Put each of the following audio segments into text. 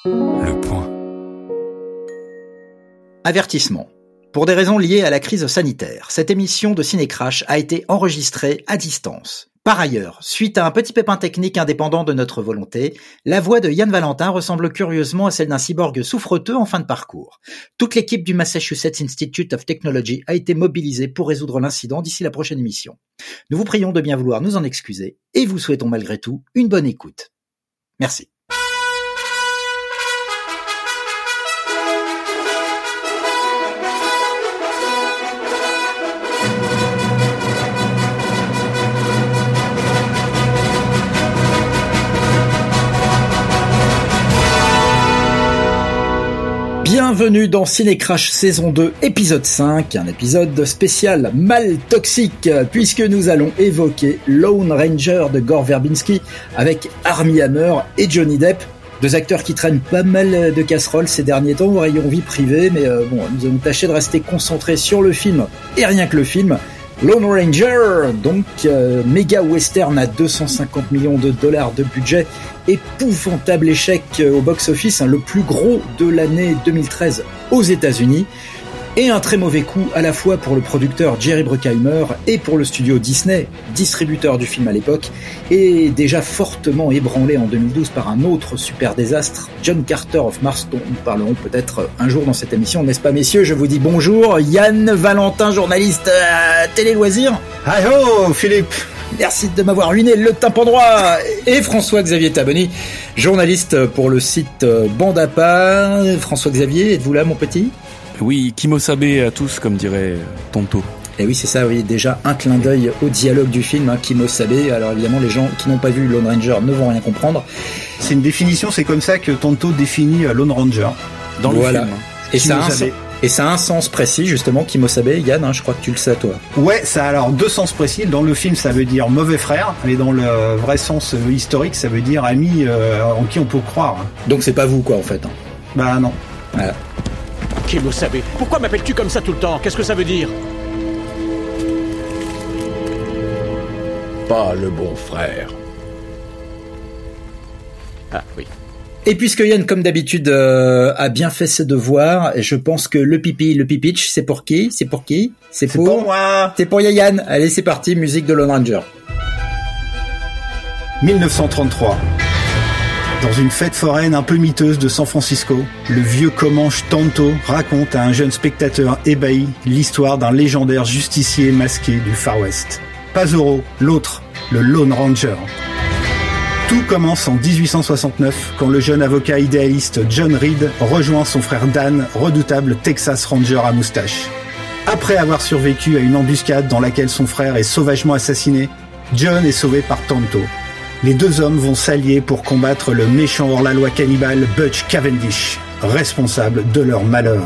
Le point. Avertissement. Pour des raisons liées à la crise sanitaire, cette émission de Cinécrash a été enregistrée à distance. Par ailleurs, suite à un petit pépin technique indépendant de notre volonté, la voix de Yann Valentin ressemble curieusement à celle d'un cyborg souffreteux en fin de parcours. Toute l'équipe du Massachusetts Institute of Technology a été mobilisée pour résoudre l'incident d'ici la prochaine émission. Nous vous prions de bien vouloir nous en excuser et vous souhaitons malgré tout une bonne écoute. Merci. Bienvenue dans Cinécrash saison 2, épisode 5, un épisode spécial mal toxique, puisque nous allons évoquer Lone Ranger de Gore Verbinski avec Armie Hammer et Johnny Depp, deux acteurs qui traînent pas mal de casseroles ces derniers temps au rayon vie privée, mais nous allons tâcher de rester concentrés sur le film, et rien que le film. Lone Ranger, donc méga western à 250 millions de dollars de budget, épouvantable échec au box-office, le plus gros de l'année 2013 aux États-Unis, et un très mauvais coup à la fois pour le producteur Jerry Bruckheimer et pour le studio Disney, distributeur du film à l'époque, et déjà fortement ébranlé en 2012 par un autre super désastre, John Carter of Mars, dont nous parlerons peut-être un jour dans cette émission, n'est-ce pas messieurs? Je vous dis bonjour, Yann Valentin, journaliste à Télé Loisirs. Hi ho, Philippe. Merci de m'avoir ruiné le tympan droit. Et François-Xavier Taboni, journaliste pour le site Bande à part. François-Xavier, êtes-vous là mon petit? Oui, Kimo-sabe à tous, comme dirait Tonto. Et oui, c'est ça, oui, déjà un clin d'œil au dialogue du film, Kimo-sabe. Alors évidemment, les gens qui n'ont pas vu Lone Ranger ne vont rien comprendre. C'est une définition, c'est comme ça que Tonto définit Lone Ranger. Dans le film. Et ça a un sens précis, justement, Kimo-sabe, Yann, je crois que tu le sais, toi. Ouais, ça a alors deux sens précis. Dans le film, ça veut dire mauvais frère, mais dans le vrai sens historique, ça veut dire ami en qui on peut croire. Donc c'est pas vous, quoi, en fait. Bah non. Voilà. Kimo-sabe, pourquoi m'appelles-tu comme ça tout le temps? Qu'est-ce que ça veut dire? Pas le bon frère. Ah oui. Et puisque Yann, comme d'habitude, a bien fait ses devoirs, je pense que le pipitch, c'est pour qui? C'est pour moi. C'est pour Yann. Allez, c'est parti, musique de Lone Ranger. 1933. Dans une fête foraine un peu miteuse de San Francisco, le vieux Comanche Tonto raconte à un jeune spectateur ébahi l'histoire d'un légendaire justicier masqué du Far West. Pas Zorro, l'autre, le Lone Ranger. Tout commence en 1869 quand le jeune avocat idéaliste John Reed rejoint son frère Dan, redoutable Texas Ranger à moustache. Après avoir survécu à une embuscade dans laquelle son frère est sauvagement assassiné, John est sauvé par Tonto. Les deux hommes vont s'allier pour combattre le méchant hors-la-loi cannibale Butch Cavendish, responsable de leur malheur.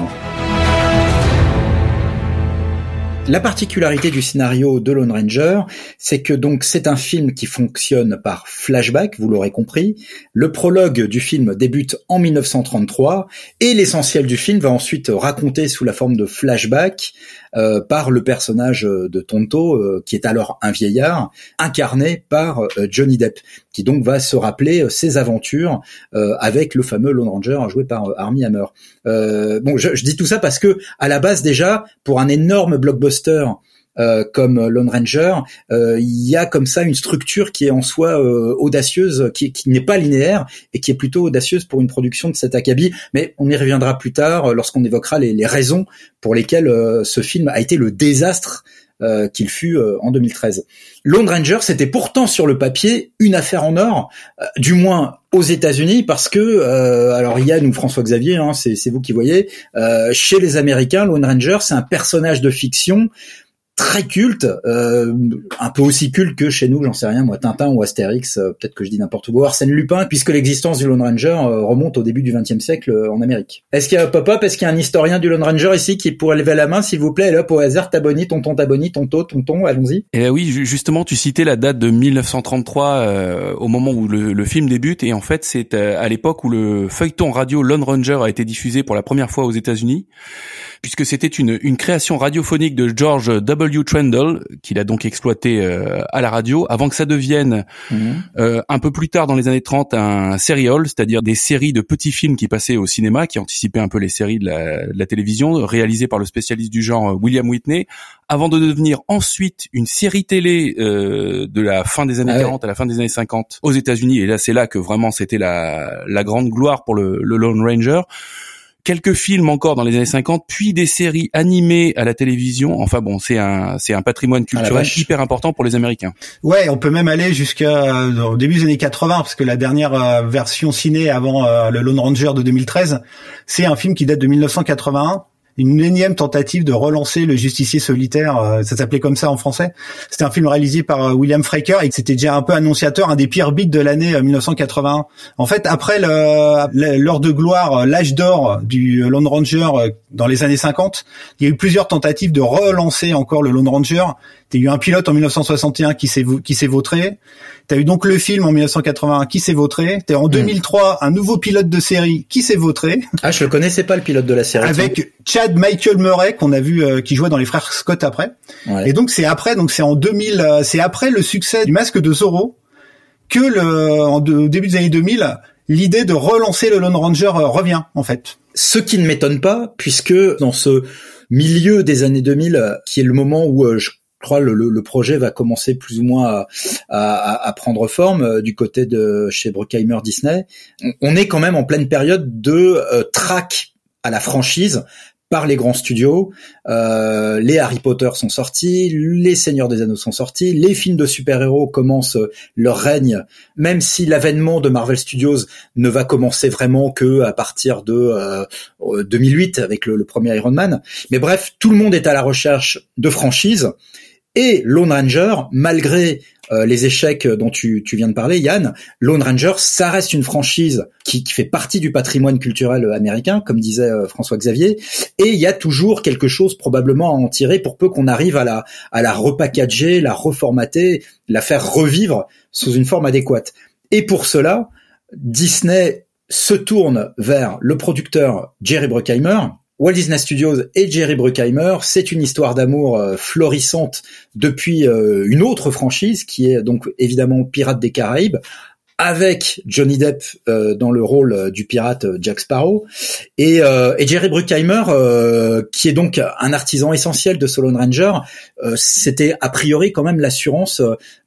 La particularité du scénario de Lone Ranger, c'est que donc c'est un film qui fonctionne par flashback, vous l'aurez compris. Le prologue du film débute en 1933 et l'essentiel du film va ensuite raconter sous la forme de flashback par le personnage de Tonto, qui est alors un vieillard, incarné par Johnny Depp, qui donc va se rappeler ses aventures avec le fameux Lone Ranger joué par Armie Hammer. Je dis tout ça parce que à la base déjà, pour un énorme blockbuster comme Lone Ranger, il y a comme ça une structure qui est en soi audacieuse, qui n'est pas linéaire et qui est plutôt audacieuse pour une production de cet acabit, mais on y reviendra plus tard lorsqu'on évoquera les raisons pour lesquelles ce film a été le désastre qu'il fut en 2013. Lone Ranger, c'était pourtant sur le papier une affaire en or, du moins aux États-Unis, parce que alors Yann ou François-Xavier, c'est vous qui voyez, chez les Américains, Lone Ranger, c'est un personnage de fiction très culte, un peu aussi culte que chez nous, j'en sais rien, moi, Tintin ou Astérix, peut-être que je dis n'importe quoi, Arsène Lupin, puisque l'existence du Lone Ranger remonte au début du XXe siècle en Amérique. Est-ce qu'il y a est-ce qu'il y a un historien du Lone Ranger ici qui pourrait lever la main, s'il vous plaît, et là, au hasard, Tonton, allons-y. Et oui, justement, tu citais la date de 1933 au moment où le film débute, et en fait, c'est à l'époque où le feuilleton radio Lone Ranger a été diffusé pour la première fois aux États-Unis, puisque c'était une création radiophonique de George W. W. Trendle, qu'il a donc exploité à la radio, avant que ça devienne un peu plus tard dans les années 30 un serial, c'est-à-dire des séries de petits films qui passaient au cinéma, qui anticipaient un peu les séries de la télévision, réalisées par le spécialiste du genre William Whitney, avant de devenir ensuite une série télé de la fin des années 40 à la fin des années 50 aux États-Unis. Et là, c'est là que vraiment c'était la grande gloire pour le Lone Ranger. Quelques films encore dans les années 50, puis des séries animées à la télévision. Enfin bon, c'est un patrimoine culturel hyper important pour les Américains. Ouais, on peut même aller jusqu'à au début des années 80, parce que la dernière version ciné avant le Lone Ranger de 2013, c'est un film qui date de 1981. Une énième tentative de relancer le justicier solitaire, ça s'appelait comme ça en français. C'était un film réalisé par William Fraker et c'était déjà un peu annonciateur, un des pires beats de l'année 1981. En fait, après l'heure de gloire, l'âge d'or du Lone Ranger dans les années 50, il y a eu plusieurs tentatives de relancer encore le Lone Ranger. T'as eu un pilote en 1961 qui s'est vautré. T'as eu donc le film en 1981 qui s'est vautré. T'as en 2003 un nouveau pilote de série qui s'est vautré. Ah, je le connaissais pas, le pilote de la série. Avec Chad Michael Murray qu'on a vu qui jouait dans les frères Scott après. Ouais. Et donc c'est en 2000, c'est après le succès du Masque de Zorro que au début des années 2000, l'idée de relancer le Lone Ranger revient en fait. Ce qui ne m'étonne pas, puisque dans ce milieu des années 2000, qui est le moment où je crois le projet va commencer plus ou moins à prendre forme du côté de chez Bruckheimer Disney, on est quand même en pleine période de traque à la franchise par les grands studios. Les Harry Potter sont sortis, les Seigneurs des Anneaux sont sortis, les films de super-héros commencent leur règne, même si l'avènement de Marvel Studios ne va commencer vraiment que à partir de 2008 avec le premier Iron Man. Mais bref, tout le monde est à la recherche de franchises. Et Lone Ranger, malgré les échecs dont tu viens de parler, Yann, Lone Ranger, ça reste une franchise qui fait partie du patrimoine culturel américain, comme disait François Xavier, et il y a toujours quelque chose probablement à en tirer pour peu qu'on arrive à la repackager, la reformater, la faire revivre sous une forme adéquate. Et pour cela, Disney se tourne vers le producteur Jerry Bruckheimer. Walt Disney Studios et Jerry Bruckheimer, c'est une histoire d'amour florissante depuis une autre franchise qui est donc évidemment Pirates des Caraïbes, avec Johnny Depp dans le rôle du pirate Jack Sparrow, et Jerry Bruckheimer qui est donc un artisan essentiel de ce Lone Ranger. C'était a priori quand même l'assurance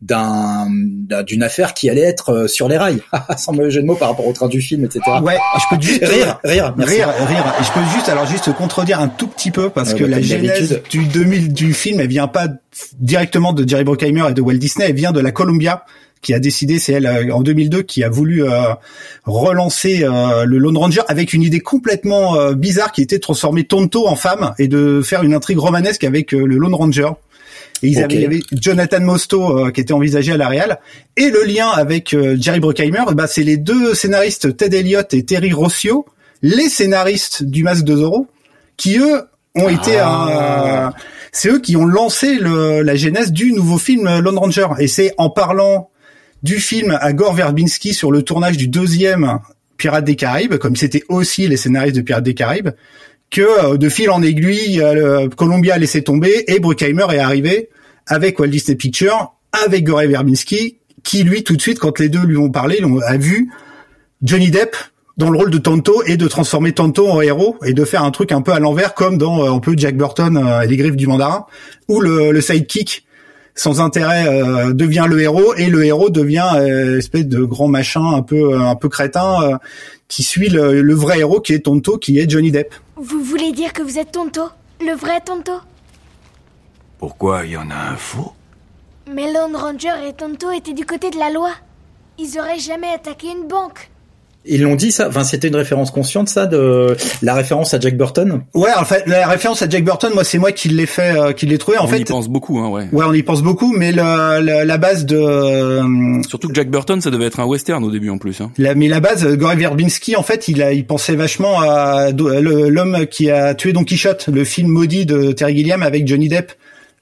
d'une affaire qui allait être sur les rails, sans mauvais jeu de mots par rapport au train du film, etc. Ouais, je peux juste rire. Et je peux juste contredire un tout petit peu parce que la genèse du film, elle vient pas directement de Jerry Bruckheimer et de Walt Disney, elle vient de la Columbia, qui a décidé, c'est elle en 2002 qui a voulu relancer le Lone Ranger avec une idée complètement bizarre qui était de transformer Tonto en femme et de faire une intrigue romanesque avec le Lone Ranger. Et il y avait Jonathan Mostow qui était envisagé à la réal, et le lien avec Jerry Bruckheimer, c'est les deux scénaristes Ted Elliott et Terry Rossio, les scénaristes du Masque de Zorro, qui eux ont été c'est eux qui ont lancé la genèse du nouveau film Lone Ranger, et c'est en parlant du film à Gore Verbinski sur le tournage du deuxième Pirates des Caraïbes, comme c'était aussi les scénaristes de Pirates des Caraïbes, que de fil en aiguille, Columbia a laissé tomber et Bruckheimer est arrivé avec Walt Disney Pictures, avec Gore Verbinski, qui lui, tout de suite, quand les deux lui ont parlé, a vu Johnny Depp dans le rôle de Tonto et de transformer Tonto en héros et de faire un truc un peu à l'envers, comme dans un peu Jack Burton et les griffes du mandarin, où le sidekick sans intérêt devient le héros, et le héros devient espèce de grand machin un peu crétin qui suit le vrai héros qui est Tonto, qui est Johnny Depp. Vous voulez dire que vous êtes Tonto, le vrai Tonto? Pourquoi il y en a un faux? Mais Lone Ranger et Tonto étaient du côté de la loi. Ils auraient jamais attaqué une banque. Ils l'ont dit ça, enfin c'était une référence consciente ça, de la référence à Jack Burton. Ouais, en fait la référence à Jack Burton, moi c'est moi qui l'ai trouvé. On y pense beaucoup, hein, ouais. Ouais, on y pense beaucoup, mais la base de surtout que Jack Burton, ça devait être un western au début en plus. Hein. Mais la base, Gore Verbinski, en fait, il pensait vachement à l'homme qui a tué Don Quichotte, le film maudit de Terry Gilliam avec Johnny Depp.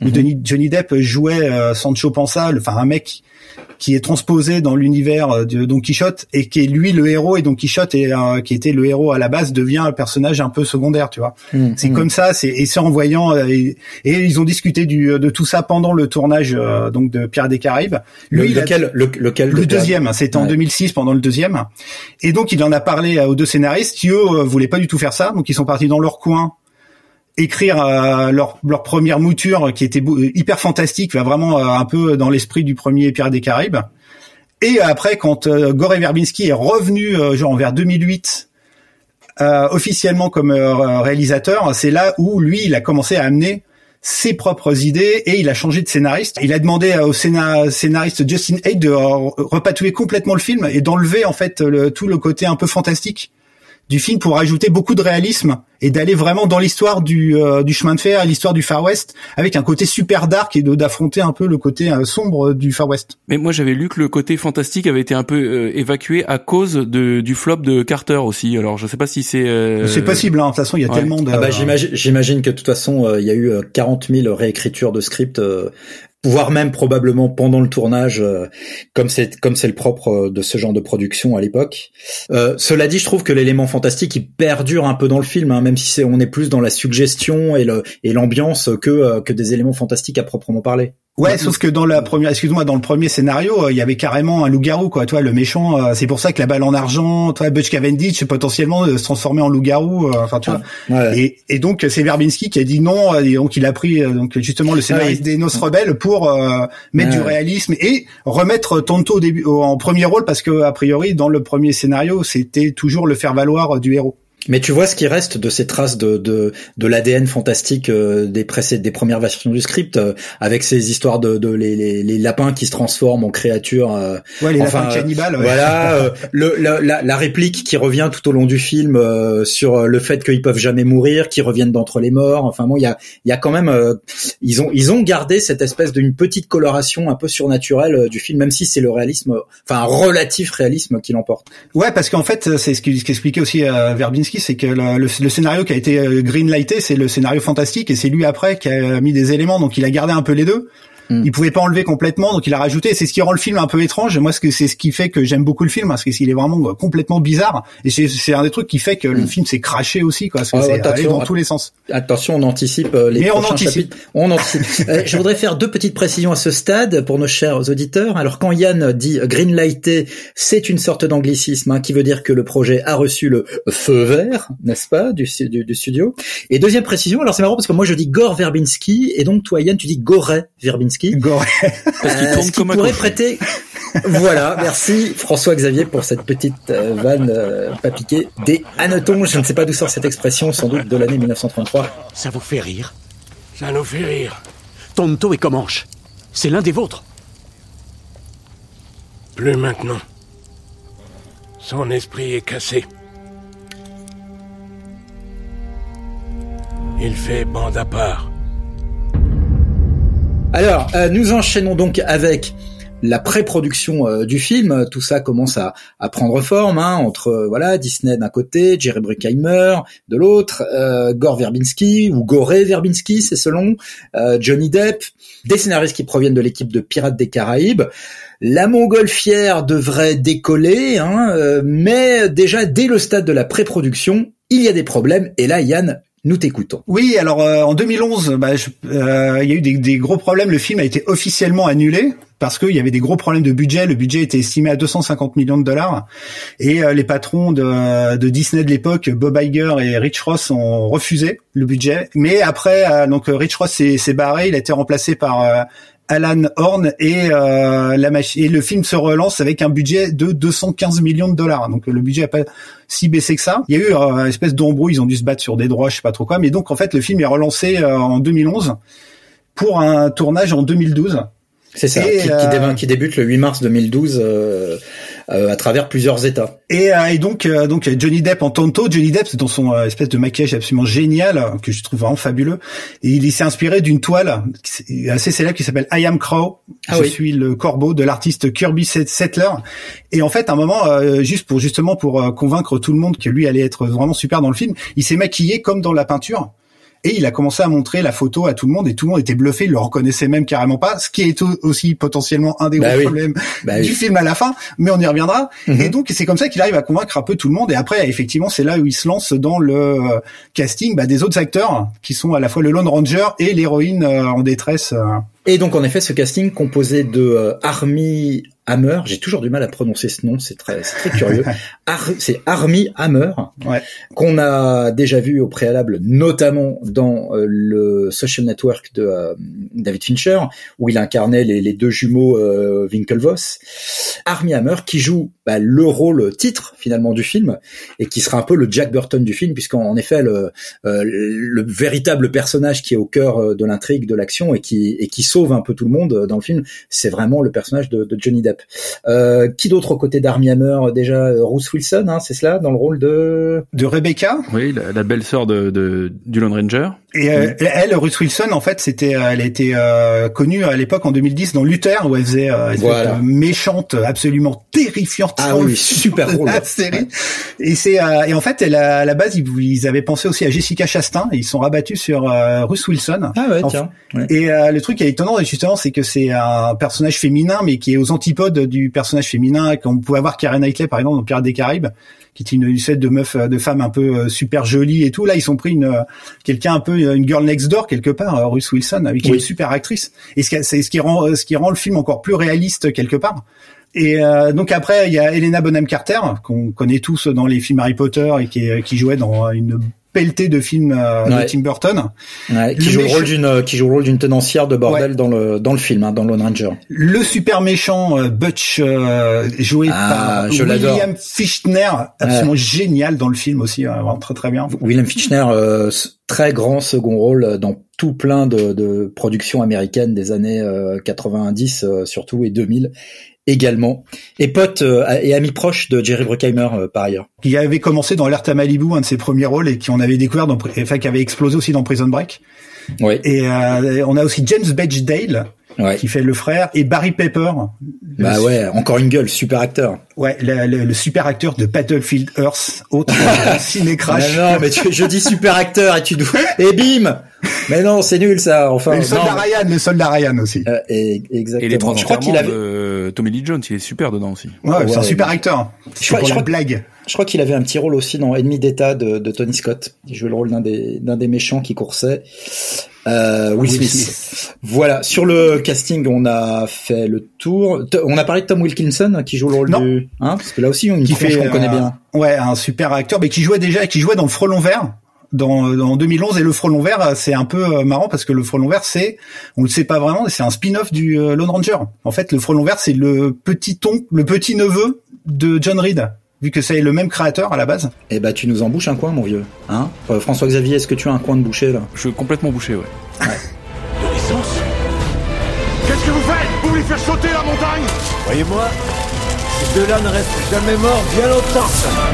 où Johnny Depp jouait Sancho Panza, un mec qui est transposé dans l'univers de Don Quichotte et qui est lui le héros, et Don Quichotte qui était le héros à la base devient un personnage un peu secondaire, tu vois. C'est comme ça, et c'est en voyant et ils ont discuté de tout ça pendant le tournage donc de Pirates des Caraïbes. Lequel le deuxième, c'était en 2006 pendant le deuxième. Et donc il en a parlé aux deux scénaristes qui eux voulaient pas du tout faire ça, donc ils sont partis dans leur coin écrire leur première mouture qui était hyper fantastique, vraiment un peu dans l'esprit du premier Pirates des Caraïbes. Et après, quand Gore Verbinski est revenu genre vers 2008 officiellement comme réalisateur, c'est là où lui il a commencé à amener ses propres idées et il a changé de scénariste. Il a demandé au scénariste Justin Hayde de repatouiller complètement le film et d'enlever en fait tout le côté un peu fantastique du film pour ajouter beaucoup de réalisme et d'aller vraiment dans l'histoire du chemin de fer, l'histoire du Far West, avec un côté super dark et d'affronter un peu le côté sombre du Far West. Mais moi j'avais lu que le côté fantastique avait été un peu évacué à cause du flop de Carter aussi. Alors je sais pas si c'est... C'est possible, hein. De toute façon il y a tellement de... J'imagine que de toute façon il y a eu 40 000 réécritures de script, voire même probablement pendant le tournage, comme c'est le propre de ce genre de production à l'époque. Cela dit, je trouve que l'élément fantastique il perdure un peu dans le film, hein, même si on est plus dans la suggestion et l'ambiance que des éléments fantastiques à proprement parler. Ouais, sauf que dans dans le premier scénario, il y avait carrément un loup-garou, quoi. Toi, le méchant, c'est pour ça que la balle en argent, toi, Butch Cavendish, potentiellement se transformer en loup-garou. Tu vois. Ouais. Et donc c'est Verbinski qui a dit non. Et donc il a pris donc justement le scénariste des Noces Rebelles pour mettre du réalisme et remettre Tonto en premier rôle, parce que a priori dans le premier scénario, c'était toujours le faire valoir du héros. Mais tu vois ce qui reste de ces traces de l'ADN fantastique des premières versions du script, avec ces histoires de les lapins qui se transforment en créatures. Les lapins cannibales. Ouais. Voilà, la réplique qui revient tout au long du film sur le fait qu'ils peuvent jamais mourir, qu'ils reviennent d'entre les morts. Enfin bon, il y a quand même ils ont gardé cette espèce d'une petite coloration un peu surnaturelle du film, même si c'est le réalisme, un relatif réalisme qui l'emporte. Ouais, parce qu'en fait c'est ce qu'expliquait aussi Verbinski, c'est que le scénario qui a été greenlighté, c'est le scénario fantastique, et c'est lui après qui a mis des éléments, donc il a gardé un peu les deux. Il pouvait pas enlever complètement, donc il a rajouté, et c'est ce qui rend le film un peu étrange. Moi, c'est ce qui fait que j'aime beaucoup le film, parce qu'il est vraiment complètement bizarre, et c'est un des trucs qui fait que le film s'est craché aussi, quoi, parce que c'est allé dans tous les sens. Attention, on anticipe les prochains chapitres. On anticipe. Je voudrais faire deux petites précisions à ce stade pour nos chers auditeurs. Alors, quand Yann dit greenlighté, c'est une sorte d'anglicisme, qui veut dire que le projet a reçu le feu vert, n'est-ce pas, du studio. Et deuxième précision, alors c'est marrant parce que moi je dis Gore Verbinski, et donc toi Yann tu dis Gore Verbinski. Parce qu'il tourne comme un pourrait prêter. Voilà, merci François-Xavier pour cette petite vanne pas piquée des hannetons. Je ne sais pas d'où sort cette expression, sans doute de l'année 1933. Ça vous fait rire? Ça nous fait rire. Tonto et Comanche, c'est l'un des vôtres. Plus maintenant. Son esprit est cassé. Il fait bande à part. Alors, nous enchaînons donc avec la pré-production du film. Tout ça commence à prendre forme, entre Disney d'un côté, Jerry Bruckheimer de l'autre, Gore Verbinski ou Gore Verbinski, c'est selon, Johnny Depp, des scénaristes qui proviennent de l'équipe de Pirates des Caraïbes. La montgolfière devrait décoller, mais déjà dès le stade de la pré-production, il y a des problèmes. Et là, Yann, nous t'écoutons. Oui, alors en 2011, il y a eu des gros problèmes. Le film a été officiellement annulé parce qu'il y avait des gros problèmes de budget. Le budget était estimé à 250 millions de dollars. Et les patrons de Disney de l'époque, Bob Iger et Rich Ross, ont refusé le budget. Mais après, donc Rich Ross s'est barré. Il a été remplacé par Alan Horn, et le film se relance avec un budget de 215 millions de dollars. Donc le budget a pas si baissé que ça. Il y a eu une espèce d'embrouille, ils ont dû se battre sur des droits, je sais pas trop quoi. Mais donc en fait le film est relancé en 2011 pour un tournage en 2012. C'est ça, qui débute le 8 mars 2012 à travers plusieurs états. Et donc Johnny Depp en Tonto. Johnny Depp, c'est dans son espèce de maquillage absolument génial, que je trouve vraiment fabuleux. Et il s'est inspiré d'une toile assez célèbre qui s'appelle I Am Crow. Je suis le corbeau, de l'artiste Kirby Settler. Et en fait, à un moment, pour convaincre tout le monde que lui allait être vraiment super dans le film, il s'est maquillé comme dans la peinture. et il a commencé à montrer la photo à tout le monde et tout le monde était bluffé, il le reconnaissait même carrément pas, ce qui est aussi potentiellement un des gros problèmes du film à la fin, mais on y reviendra. Et donc c'est comme ça qu'il arrive à convaincre un peu tout le monde, et après effectivement c'est là où il se lance dans le casting des autres acteurs qui sont à la fois le Lone Ranger et l'héroïne en détresse. Et donc en effet ce casting composé de Armie Hammer, j'ai toujours du mal à prononcer ce nom, c'est très curieux. C'est Armie Hammer, qu'on a déjà vu au préalable, notamment dans le Social Network de David Fincher, où il incarnait les deux jumeaux Winklevoss. Armie Hammer qui joue le rôle titre finalement du film et qui sera un peu le Jack Burton du film, puisqu'en effet le véritable personnage qui est au cœur de l'intrigue, de l'action et qui sauve un peu tout le monde dans le film, c'est vraiment le personnage de Johnny Depp. Qui d'autre aux côtés d'Armie Hammer déjà? Ruth Wilson, hein, c'est cela, dans le rôle de Rebecca. Oui, la belle-sœur du Lone Ranger. Et elle, Ruth Wilson, en fait, elle était connue à l'époque en 2010 dans Luther, où elle faisait cette méchante, absolument terrifiante. Ah oui, super rôle. La série. Et en fait, à la base, ils avaient pensé aussi à Jessica Chastain, et ils sont rabattus sur Ruth Wilson. Ah ouais, tiens. Ouais. Et le truc qui est étonnant, justement, c'est que c'est un personnage féminin, mais qui est aux antipodes du personnage féminin qu'on pouvait avoir Keira Knightley, par exemple, dans Pirates des Caraïbes, qui est une set de femme un peu super jolie et tout. Là, ils ont pris quelqu'un un peu une girl next door quelque part, Ruth Wilson, qui est une super actrice. Et c'est ce qui rend le film encore plus réaliste quelque part. Et donc après, il y a Helena Bonham Carter, qu'on connaît tous dans les films Harry Potter et qui jouait dans une pelletée de films de Tim Burton, qui joue le rôle d'une tenancière de bordel dans le film, hein, dans Lone Ranger. Le super méchant Butch, joué par William Fichtner, absolument génial dans le film aussi, vraiment très très bien. William Fichtner, très grand second rôle dans tout plein de productions américaines des années 90 surtout et 2000. Également, et pote et ami proche de Jerry Bruckheimer par ailleurs. Qui avait commencé dans Alerte à Malibu, un de ses premiers rôles, et qu'on avait découvert qui avait explosé aussi dans Prison Break. Oui. Et on a aussi James Badge-Dale, qui fait le frère, et Barry Pepper. Encore une gueule, super acteur. Ouais, le super acteur de Battlefield Earth, autre ciné-crash. Non, mais je dis super acteur et et bim! Mais non, c'est nul ça. Enfin, le soldat Ryan aussi. Exactement. Et les transferts Tommy Lee Jones, il est super dedans aussi. C'est un super acteur. Je crois qu'il avait un petit rôle aussi dans Ennemi d'État de Tony Scott. Il jouait le rôle d'un des méchants qui coursait. Will Smith. Voilà. Sur le casting, on a fait le tour. On a parlé de Tom Wilkinson qui joue le rôle parce que là aussi, on connaît bien. Ouais, un super acteur, mais qui jouait dans le Frelon Vert. Dans 2011, et le Frelon Vert, c'est un peu marrant parce que le Frelon Vert, on le sait pas vraiment, c'est un spin-off du Lone Ranger. En fait, le Frelon Vert, c'est le petit neveu de John Reed, vu que c'est le même créateur à la base. Eh ben, tu nous en bouches un coin, mon vieux. Hein? François-Xavier, est-ce que tu as un coin de boucher, là? Je suis complètement bouché, ouais. De l'essence? Qu'est-ce que vous faites? Vous voulez faire sauter la montagne? Voyez-moi, ces deux-là ne restent jamais morts bien longtemps.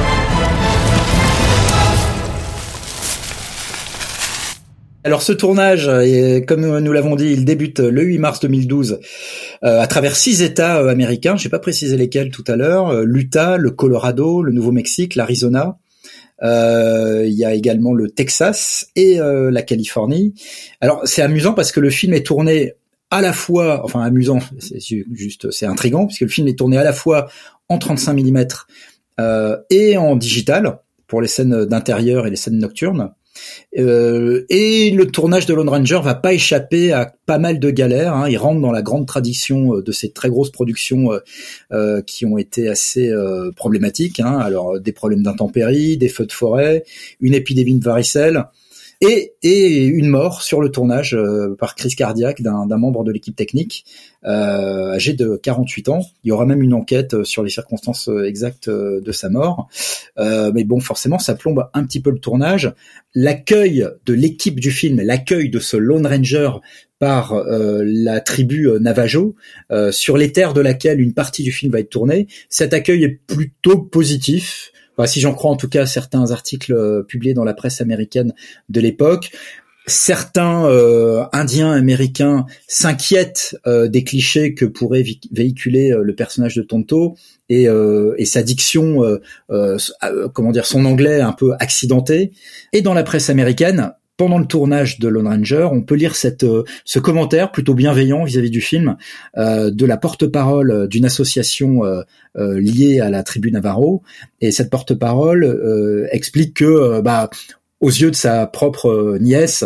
Alors ce tournage, comme nous l'avons dit, il débute le 8 mars 2012 à travers 6 États américains, j'ai pas précisé lesquels tout à l'heure, l'Utah, le Colorado, le Nouveau-Mexique, l'Arizona. Il y a également le Texas et la Californie. Alors c'est amusant parce que le film est tourné à la fois, enfin amusant, c'est intriguant puisque le film est tourné à la fois en 35 mm et en digital pour les scènes d'intérieur et les scènes nocturnes. Et le tournage de Lone Ranger va pas échapper à pas mal de galères, hein. Il rentre dans la grande tradition de ces très grosses productions qui ont été assez problématiques, hein. Alors des problèmes d'intempéries, des feux de forêt, une épidémie de varicelle et une mort sur le tournage par crise cardiaque d'un membre de l'équipe technique âgé de 48 ans. Il y aura même une enquête sur les circonstances exactes de sa mort. Mais bon, forcément, ça plombe un petit peu le tournage. L'accueil de l'équipe du film, l'accueil de ce Lone Ranger par la tribu Navajo, sur les terres de laquelle une partie du film va être tournée, cet accueil est plutôt positif. Enfin, si j'en crois en tout cas certains articles publiés dans la presse américaine de l'époque. Certains Indiens américains s'inquiètent des clichés que pourrait véhiculer le personnage de Tonto et sa diction, son anglais un peu accidenté. Et dans la presse américaine, pendant le tournage de Lone Ranger, on peut lire ce commentaire plutôt bienveillant vis-à-vis du film de la porte-parole d'une association liée à la tribu Navarro, et cette porte-parole explique que aux yeux de sa propre nièce,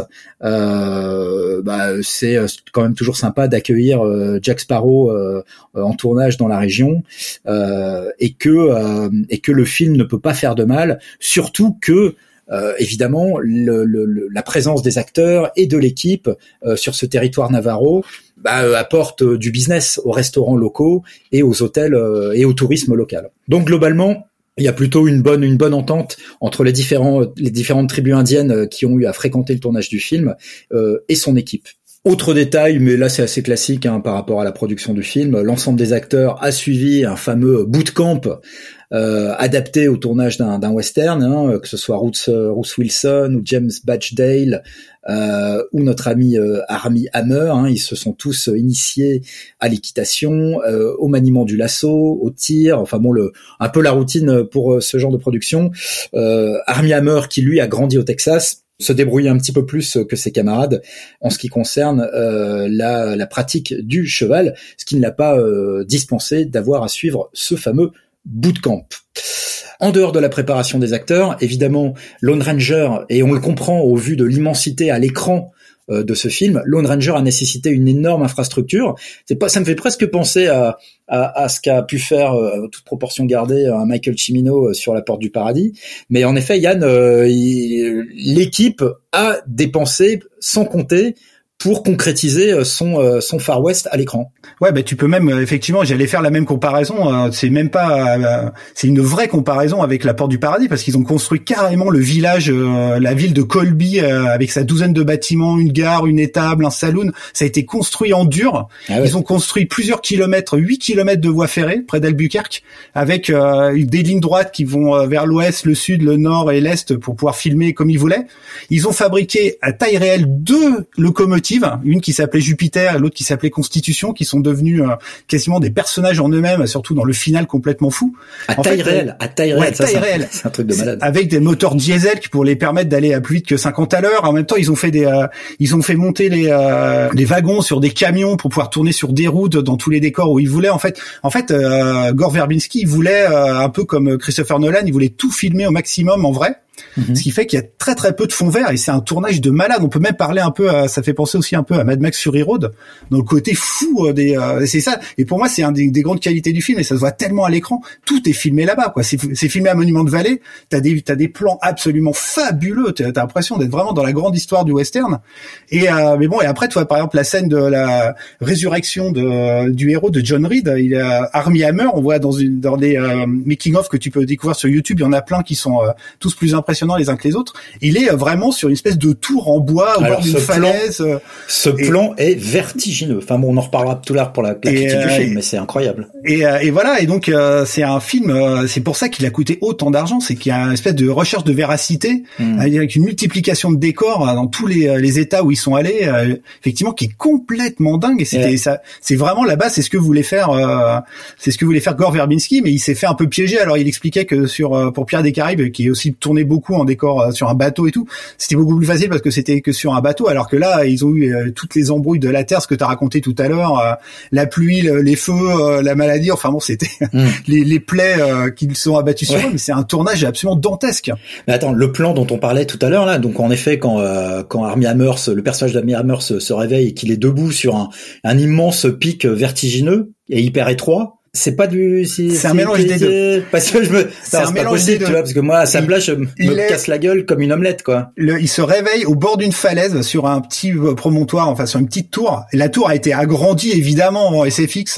c'est quand même toujours sympa d'accueillir Jack Sparrow en tournage dans la région, et que le film ne peut pas faire de mal, surtout que évidemment la présence des acteurs et de l'équipe sur ce territoire Navarro apporte du business aux restaurants locaux et aux hôtels et au tourisme local. Donc globalement, il y a plutôt une bonne entente entre les différentes tribus indiennes qui ont eu à fréquenter le tournage du film et son équipe. Autre détail, mais là c'est assez classique par rapport à la production du film, l'ensemble des acteurs a suivi un fameux bootcamp adapté au tournage d'un western, que ce soit Ruth Wilson ou James Badgedale ou notre ami Armie Hammer, ils se sont tous initiés à l'équitation, au maniement du lasso, au tir, un peu la routine pour ce genre de production. Armie Hammer, qui lui a grandi au Texas, se débrouiller un petit peu plus que ses camarades en ce qui concerne la pratique du cheval, ce qui ne l'a pas dispensé d'avoir à suivre ce fameux bootcamp. En dehors de la préparation des acteurs, évidemment, Lone Ranger, et on le comprend au vu de l'immensité à l'écran de ce film, Lone Ranger a nécessité une énorme infrastructure. Ça me fait presque penser à ce qu'a pu faire, toute proportion gardée, un Michael Cimino sur La Porte du Paradis. Mais en effet, Yann, l'équipe a dépensé sans compter pour concrétiser son Far West à l'écran. Ouais, tu peux même, effectivement, j'allais faire la même comparaison, c'est même pas, c'est une vraie comparaison avec La Porte du Paradis, parce qu'ils ont construit carrément le village, la ville de Colby, avec sa douzaine de bâtiments, une gare, une étable, un saloon, ça a été construit en dur. Ah ouais. Ils ont construit plusieurs kilomètres, 8 kilomètres de voies ferrées, près d'Albuquerque, avec des lignes droites qui vont vers l'ouest, le sud, le nord et l'est pour pouvoir filmer comme ils voulaient. Ils ont fabriqué à taille réelle 2 locomotives, une qui s'appelait Jupiter et l'autre qui s'appelait Constitution, qui sont devenus quasiment des personnages en eux-mêmes, surtout dans le final complètement fou. À taille réelle, c'est un truc de malade. Avec des moteurs diesel qui pour les permettre d'aller à plus vite que 50 à l'heure. En même temps, ils ont fait monter les wagons sur des camions pour pouvoir tourner sur des routes dans tous les décors où ils voulaient. En fait, Gore Verbinski, il voulait un peu comme Christopher Nolan, il voulait tout filmer au maximum en vrai. Ce qui fait qu'il y a très très peu de fond vert et c'est un tournage de malade. On peut même parler un peu ça fait penser aussi un peu à Mad Max Fury Road dans le côté fou c'est ça. Et pour moi c'est un des grandes qualités du film et ça se voit tellement à l'écran. Tout est filmé là-bas quoi. C'est filmé à Monument de Valley. T'as des plans absolument fabuleux. T'as l'impression d'être vraiment dans la grande histoire du western. Et mais bon et après tu vois par exemple la scène de la résurrection du héros de John Reed. Il a Armie Hammer. On voit dans des making of que tu peux découvrir sur YouTube. Il y en a plein qui sont tous plus impressionnants les uns que les autres. Il est vraiment sur une espèce de tour en bois au bord d'une falaise. Ce plan est vertigineux. Enfin bon, on en reparlera tout à l'heure pour la critique du film, mais c'est incroyable. Et voilà. Et donc c'est un film. C'est pour ça qu'il a coûté autant d'argent. C'est qu'il y a une espèce de recherche de véracité avec une multiplication de décors dans tous les états où ils sont allés. Effectivement, qui est complètement dingue. Et ça. C'est vraiment là-bas. C'est ce que voulait faire. Gore Verbinski, mais il s'est fait un peu piéger. Alors il expliquait que pour Pierre des Caraïbes, qui est aussi tourné beaucoup en décor sur un bateau et tout, c'était beaucoup plus facile parce que c'était que sur un bateau, alors que là ils ont eu toutes les embrouilles de la terre, ce que tu as raconté tout à l'heure, la pluie, les feux, la maladie, enfin bon c'était les plaies qu'ils sont abattus sur eux, mais c'est un tournage absolument dantesque. Mais attends, le plan dont on parlait tout à l'heure là, donc en effet quand Armie Hammer, le personnage d'Armie Hammer se réveille et qu'il est debout sur un immense pic vertigineux et hyper étroit, c'est pas c'est un mélange des deux. Parce que c'est un mélange des deux. Tu vois, parce que moi, à sa place, je me casse la gueule comme une omelette, quoi. Il se réveille au bord d'une falaise sur un petit promontoire, enfin, sur une petite tour. Et la tour a été agrandie, évidemment, en SFX,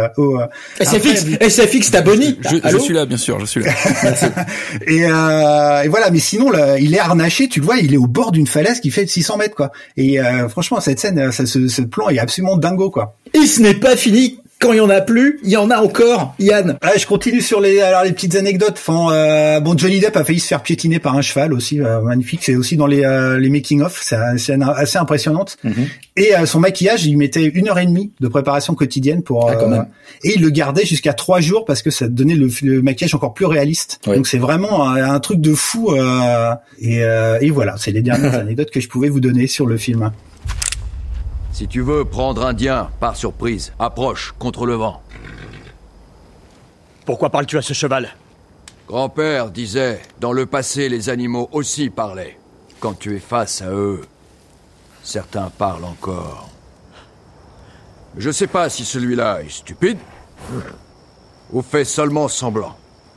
SFX, t'as boni? Je suis là, bien sûr, je suis là. Et voilà. Mais sinon, il est harnaché, tu le vois, il est au bord d'une falaise qui fait 600 mètres, quoi. Et, franchement, cette scène, ce plan est absolument dingo, quoi. Et ce n'est pas fini. quand il y en a plus, il y en a encore, Yann. Je continue sur les petites anecdotes. Enfin, Johnny Depp a failli se faire piétiner par un cheval aussi, magnifique. C'est aussi dans les making of, c'est assez impressionnante. Et son maquillage, il mettait 1h30 de préparation quotidienne pour et il le gardait jusqu'à 3 jours parce que ça donnait le maquillage encore plus réaliste. Ouais. Donc c'est vraiment un truc de fou. Et voilà, c'est les dernières anecdotes que je pouvais vous donner sur le film. Si tu veux prendre Indien, par surprise, approche, contre le vent. Pourquoi parles-tu à ce cheval ? Grand-père disait, dans le passé, les animaux aussi parlaient. Quand tu es face à eux, certains parlent encore. Je sais pas si celui-là est stupide, ou fait seulement semblant.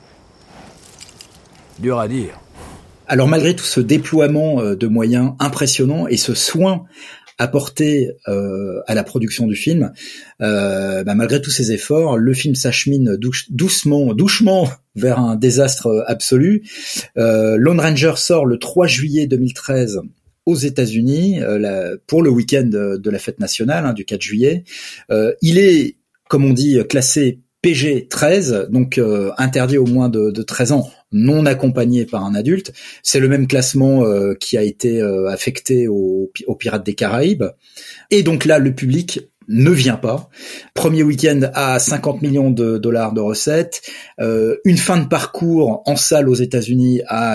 Dur à dire. Alors malgré tout ce déploiement de moyens impressionnants et ce soin apporté à la production du film, malgré tous ces efforts, le film s'achemine doucement vers un désastre absolu. Lone Ranger sort le 3 juillet 2013 aux États-Unis pour le week-end de la fête nationale du 4 juillet. Il est, comme on dit, classé PG-13, donc interdit aux moins de 13 ans, non accompagné par un adulte. C'est le même classement qui a été affecté aux Pirates des Caraïbes. Et donc là, le public ne vient pas. Premier week-end à 50 millions de dollars de recettes, une fin de parcours en salle aux États-Unis à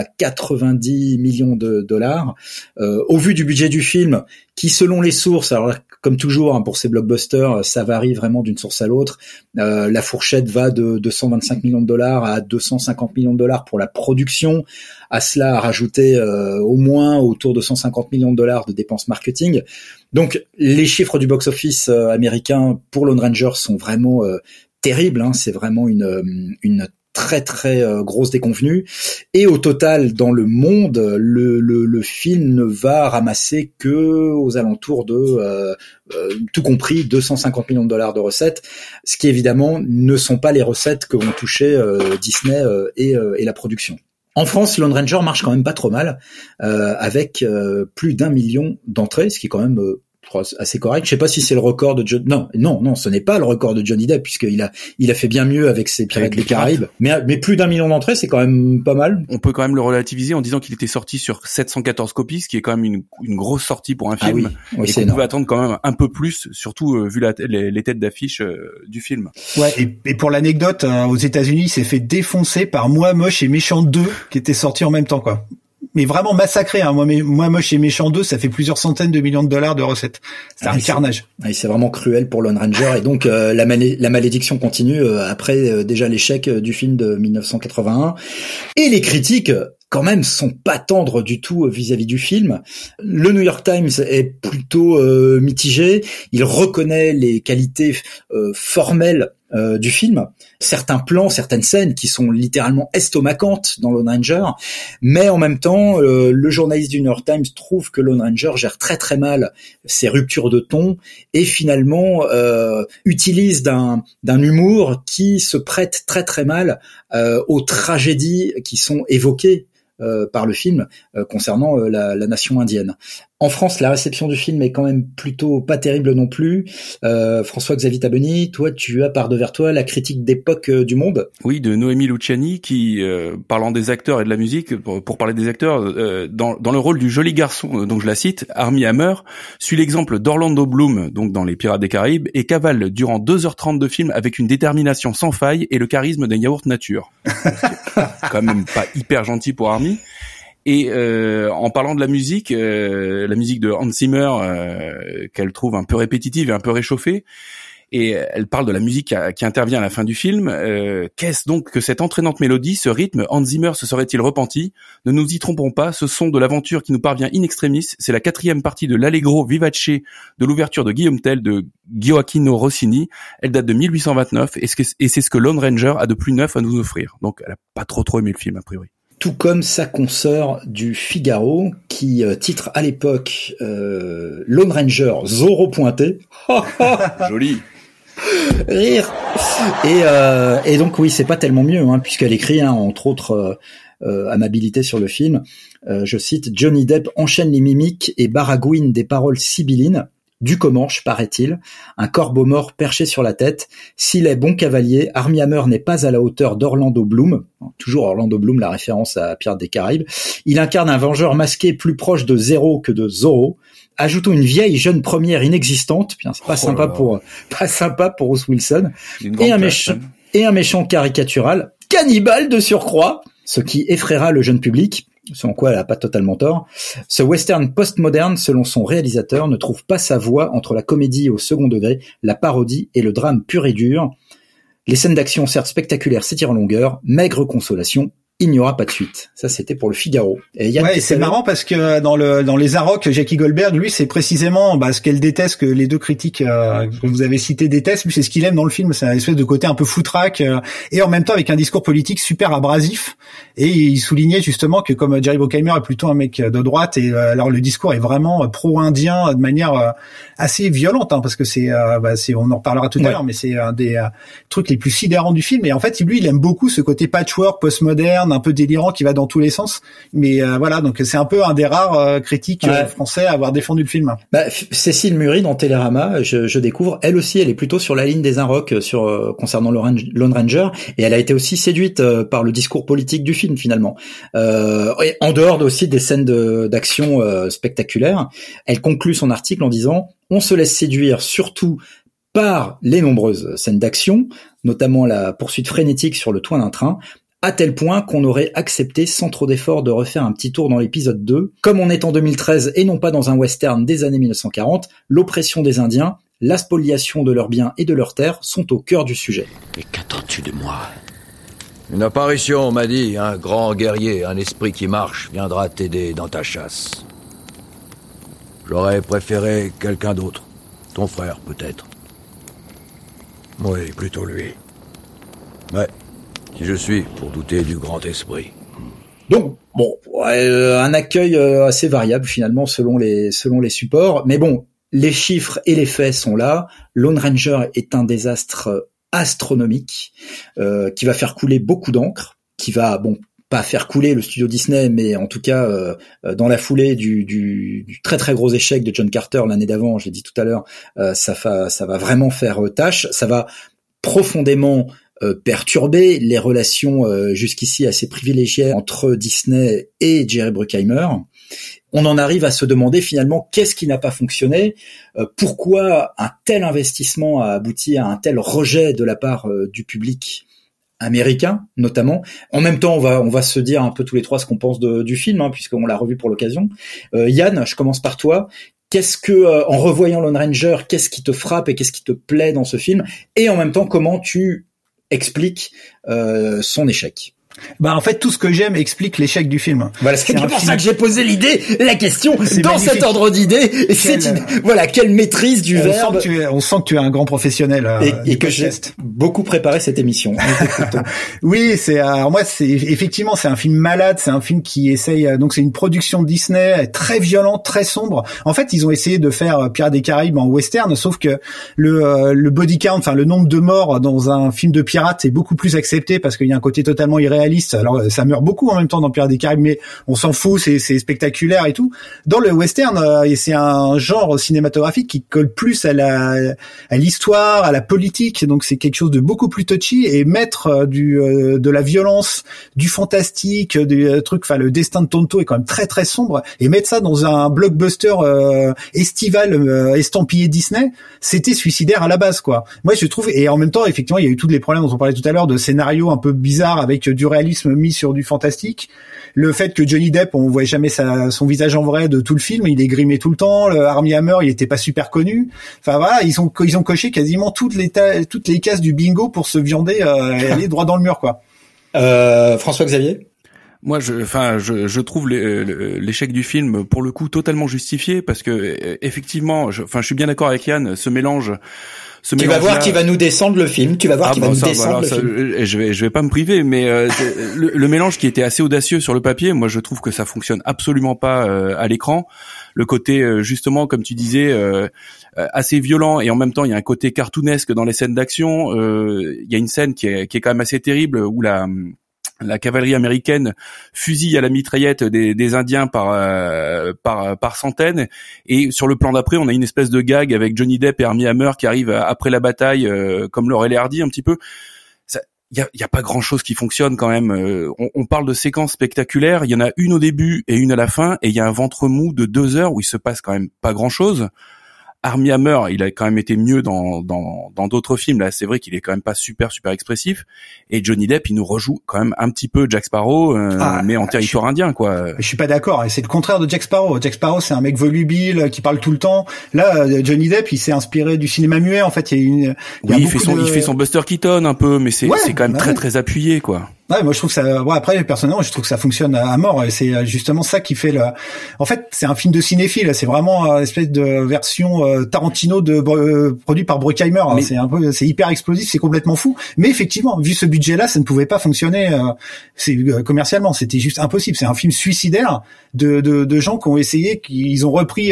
90 millions de dollars. Au vu du budget du film, qui selon les sources, alors comme toujours pour ces blockbusters, ça varie vraiment d'une source à l'autre. La fourchette va de 225 millions de dollars à 250 millions de dollars pour la production. À cela, à rajouter au moins autour de 150 millions de dollars de dépenses marketing. Donc, les chiffres du box-office américain pour Lone Ranger sont vraiment terribles. C'est vraiment une très très grosse déconvenue. Et au total, dans le monde, le film ne va ramasser que aux alentours de tout compris 250 millions de dollars de recettes, ce qui évidemment ne sont pas les recettes que vont toucher Disney et la production. En France, Lone Ranger marche quand même pas trop mal, avec plus d'1 million d'entrées, ce qui est quand même assez correct. Je sais pas si c'est le record de non, ce n'est pas le record de Johnny Depp, puisqu'il a fait bien mieux avec ses Pirates des Caraïbes. Mais plus d'1 million d'entrées, c'est quand même pas mal. On peut quand même le relativiser en disant qu'il était sorti sur 714 copies, ce qui est quand même une grosse sortie pour un film. Et qu'on pouvait attendre quand même un peu plus, surtout vu les têtes d'affiche du film. Ouais. Et pour l'anecdote, aux États-Unis, il s'est fait défoncer par Moi Moche et Méchant 2, qui était sorti en même temps, quoi. Mais vraiment massacré, Moi Moche et Méchant 2, ça fait plusieurs centaines de millions de dollars de recettes. C'est un carnage. C'est vraiment cruel pour Lone Ranger, et donc la malédiction continue après déjà l'échec du film de 1981. Et les critiques quand même sont pas tendres du tout vis-à-vis du film. Le New York Times est plutôt mitigé. Il reconnaît les qualités formelles du film, certains plans, certaines scènes qui sont littéralement estomacantes dans Lone Ranger, mais en même temps, le journaliste du New York Times trouve que Lone Ranger gère très très mal ses ruptures de ton et finalement utilise d'un humour qui se prête très très mal aux tragédies qui sont évoquées par le film concernant la nation indienne. En France, la réception du film est quand même plutôt pas terrible non plus. François-Xavier Tabeni, toi, tu as par devers toi la critique d'époque du Monde. Oui, de Noémie Luciani, qui, parlant des acteurs et de la musique, pour parler des acteurs, dans le rôle du joli garçon, donc je la cite, Armie Hammer, suit l'exemple d'Orlando Bloom, donc dans Les Pirates des Caraïbes, et cavale durant 2h30 de film avec une détermination sans faille et le charisme d'un yaourt nature. Quand même pas hyper gentil pour Armie. Et en parlant de la musique de Hans Zimmer, qu'elle trouve un peu répétitive et un peu réchauffée, et elle parle de la musique qui intervient à la fin du film. Qu'est-ce donc que cette entraînante mélodie, ce rythme? Hans Zimmer se serait-il repenti? Ne nous y trompons pas, ce son de l'aventure qui nous parvient in extremis, c'est la 4e partie de l'Allegro vivace de l'ouverture de Guillaume Tell de Gioacchino Rossini. Elle date de 1829 et c'est ce que Lone Ranger a de plus neuf à nous offrir. Donc elle a pas trop aimé le film a priori. Tout comme sa consoeur du Figaro, qui titre à l'époque Lone Ranger Zorro pointé. Joli. Rire. Et donc oui, c'est pas tellement mieux, puisqu'elle écrit, entre autres amabilités sur le film. Je cite: Johnny Depp enchaîne les mimiques et baragouine des paroles sibyllines. du Comanche, paraît-il, un corbeau mort perché sur la tête. S'il est bon cavalier, Armie Hammer n'est pas à la hauteur d'Orlando Bloom. Toujours Orlando Bloom, la référence à Pirates des Caraïbes. Il incarne un vengeur masqué plus proche de Zero que de Zorro. Ajoutons une vieille jeune première inexistante. Bien, c'est pas sympa pour Bruce Wilson. Et un méchant caricatural, cannibale de surcroît, ce qui effraiera le jeune public. Selon quoi elle a pas totalement tort. Ce western postmoderne, selon son réalisateur, ne trouve pas sa voie entre la comédie au second degré, la parodie et le drame pur et dur. Les scènes d'action, certes spectaculaires, s'étirent en longueur, maigre consolation, il n'y aura pas de suite. Ça, c'était pour le Figaro. Et ouais, c'est marrant parce que dans les Arocs, Jackie Goldberg, lui, c'est précisément ce qu'elle déteste, que les deux critiques que vous avez cités détestent. Lui, c'est ce qu'il aime dans le film. C'est une espèce de côté un peu foutraque et en même temps avec un discours politique super abrasif. Et il soulignait justement que comme Jerry Bruckheimer est plutôt un mec de droite, et alors le discours est vraiment pro-indien de manière assez violente, hein, parce que c'est on en reparlera tout à l'heure, mais c'est un des trucs les plus sidérants du film. Et en fait, lui, il aime beaucoup ce côté patchwork postmoderne, un peu délirant qui va dans tous les sens, mais voilà, donc c'est un peu un des rares critiques français à avoir défendu le film. Cécile Muri dans Télérama, je découvre, elle aussi, elle est plutôt sur la ligne des Inrocks concernant Lone Ranger, et elle a été aussi séduite par le discours politique du film finalement. Et en dehors aussi des scènes d'action spectaculaires, elle conclut son article en disant: on se laisse séduire surtout par les nombreuses scènes d'action, notamment la poursuite frénétique sur le toit d'un train, à tel point qu'on aurait accepté sans trop d'efforts de refaire un petit tour dans l'épisode 2. Comme on est en 2013 et non pas dans un western des années 1940, l'oppression des Indiens, la spoliation de leurs biens et de leurs terres sont au cœur du sujet. Et qu'attends-tu de moi ? Une apparition, on m'a dit, un grand guerrier, un esprit qui marche, viendra t'aider dans ta chasse. J'aurais préféré quelqu'un d'autre. Ton frère, peut-être. Oui, plutôt lui. Ouais. Qui je suis pour douter du grand esprit. Donc, un accueil assez variable finalement selon les supports. Mais bon, les chiffres et les faits sont là. Lone Ranger est un désastre astronomique qui va faire couler beaucoup d'encre, qui va, pas faire couler le studio Disney, mais en tout cas dans la foulée du très très gros échec de John Carter l'année d'avant, je l'ai dit tout à l'heure, ça va vraiment faire tâche, ça va profondément perturber les relations jusqu'ici assez privilégiées entre Disney et Jerry Bruckheimer. On en arrive à se demander finalement qu'est-ce qui n'a pas fonctionné, pourquoi un tel investissement a abouti à un tel rejet de la part du public américain notamment. En même temps, on va se dire un peu tous les trois ce qu'on pense du film, hein, puisqu'on l'a revu pour l'occasion. Yann, je commence par toi. Qu'est-ce que, en revoyant Lone Ranger, qu'est-ce qui te frappe et qu'est-ce qui te plaît dans ce film? Et en même temps, comment tu expliques son échec? En fait, tout ce que j'aime explique l'échec du film. Voilà, c'est pour ça que j'ai posé la question dans magnifique. Cet ordre d'idée. Quelle maîtrise du verbe. On sent que tu es un grand professionnel. Et que j'ai beaucoup préparé cette émission. Oui, effectivement, c'est un film malade, c'est un film qui essaye, donc c'est une production de Disney, très violente, très sombre. En fait, ils ont essayé de faire Pirates des Caraïbes en western, sauf que le body count, enfin, le nombre de morts dans un film de pirates est beaucoup plus accepté parce qu'il y a un côté totalement irréaliste. Alors ça meurt beaucoup en même temps dans Pirates des Caraïbes, mais on s'en fout, c'est spectaculaire et tout. Dans le western, c'est un genre cinématographique qui colle plus à l'histoire, à la politique, donc c'est quelque chose de beaucoup plus touchy, et mettre de la violence, du fantastique, du truc, enfin le destin de Tonto est quand même très très sombre, et mettre ça dans un blockbuster estival estampillé Disney, c'était suicidaire à la base, quoi. Moi je trouve, et en même temps effectivement il y a eu tous les problèmes dont on parlait tout à l'heure de scénario un peu bizarre avec du réalisme mis sur du fantastique, le fait que Johnny Depp, on voit jamais son visage en vrai de tout le film, il est grimé tout le temps, le Armie Hammer, il était pas super connu. Enfin voilà, ils ont coché quasiment toutes les cases du bingo pour se viander et aller droit dans le mur, quoi. François-Xavier? Moi, je trouve l'échec du film pour le coup totalement justifié, parce que effectivement, je suis bien d'accord avec Yann, ce mélange. Tu vas voir qu'il va nous descendre le film. Tu vas voir qu'il va nous descendre le film. Je vais pas me priver, mais le mélange qui était assez audacieux sur le papier, moi je trouve que ça fonctionne absolument pas à l'écran. Le côté justement, comme tu disais, assez violent, et en même temps il y a un côté cartoonesque dans les scènes d'action. Il y a une scène qui est quand même assez terrible où la cavalerie américaine fusille à la mitraillette des Indiens par centaines, et sur le plan d'après on a une espèce de gag avec Johnny Depp et Armie Hammer qui arrivent après la bataille comme Laurel et Hardy un petit peu. Il y a pas grand chose qui fonctionne quand même. On parle de séquences spectaculaires, il y en a une au début et une à la fin, et il y a un ventre mou de 2 heures où il se passe quand même pas grand chose. Armie Hammer, il a quand même été mieux dans d'autres films. Là, c'est vrai qu'il est quand même pas super expressif. Et Johnny Depp, il nous rejoue quand même un petit peu Jack Sparrow, mais en territoire indien, quoi. Je suis pas d'accord. Et c'est le contraire de Jack Sparrow. Jack Sparrow, c'est un mec volubile qui parle tout le temps. Là, Johnny Depp, il s'est inspiré du cinéma muet. En fait, il fait son Buster Keaton un peu, mais c'est quand même très appuyé, quoi. Ouais, moi je trouve ça. Ouais, après personnellement, je trouve que ça fonctionne à mort, et c'est justement ça qui fait le. En fait, c'est un film de cinéphile. C'est vraiment une espèce de version Tarantino produit par Bruckheimer. Mais... c'est hyper explosif, c'est complètement fou. Mais effectivement, vu ce budget-là, ça ne pouvait pas fonctionner. Commercialement, c'était juste impossible. C'est un film suicidaire de gens qui ont essayé, ils ont repris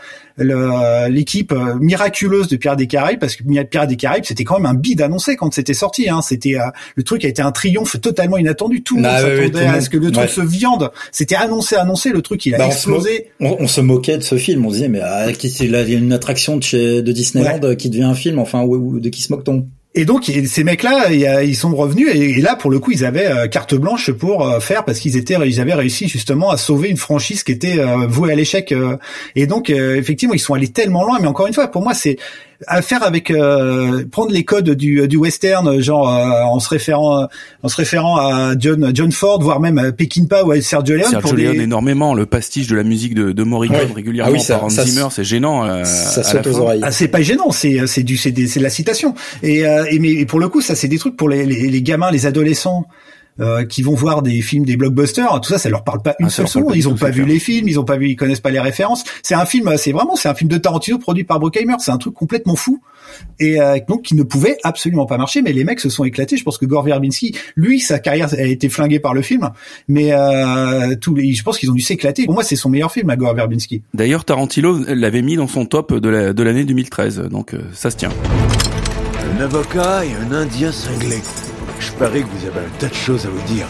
l'équipe miraculeuse de Pirates des Caraïbes, parce que Pirates des Caraïbes, c'était quand même un bid annoncé quand c'était sorti. C'était le truc a été un triomphe totalement inattendu. Tout le monde s'attendait à ce que le truc se viande. C'était annoncé. Le truc, il a explosé. On se moquait de ce film. On se disait, mais il y a une attraction de Disneyland qui devient un film. Enfin, de qui se moque-t-on? Et donc ces mecs-là, ils sont revenus, et là pour le coup ils avaient carte blanche pour faire, parce qu'ils avaient réussi justement à sauver une franchise qui était vouée à l'échec. Et donc effectivement ils sont allés tellement loin, mais encore une fois pour moi c'est à faire avec prendre les codes du western, genre en se référant à John Ford, voire même à Peckinpah ou à Sergio Leone. Énormément, le pastiche de la musique de Morricone régulièrement par Hans Zimmer, c'est gênant. Ça saute aux oreilles. C'est pas gênant, c'est de la citation. Mais pour le coup, ça c'est des trucs pour les gamins, les adolescents. Qui vont voir des films, des blockbusters, tout ça, ça leur parle pas une seule seconde. Ils ont pas vu les films, ils connaissent pas les références. C'est un film de Tarantino produit par Bruckheimer. C'est un truc complètement fou. Et donc, qui ne pouvait absolument pas marcher, mais les mecs se sont éclatés. Je pense que Gore Verbinski, lui, sa carrière a été flinguée par le film, mais je pense qu'ils ont dû s'éclater. Pour moi, c'est son meilleur film, à Gore Verbinski. D'ailleurs, Tarantino l'avait mis dans son top de l'année 2013, donc ça se tient. Un avocat et un Indien cinglé. Je parie que vous avez un tas de choses à vous dire.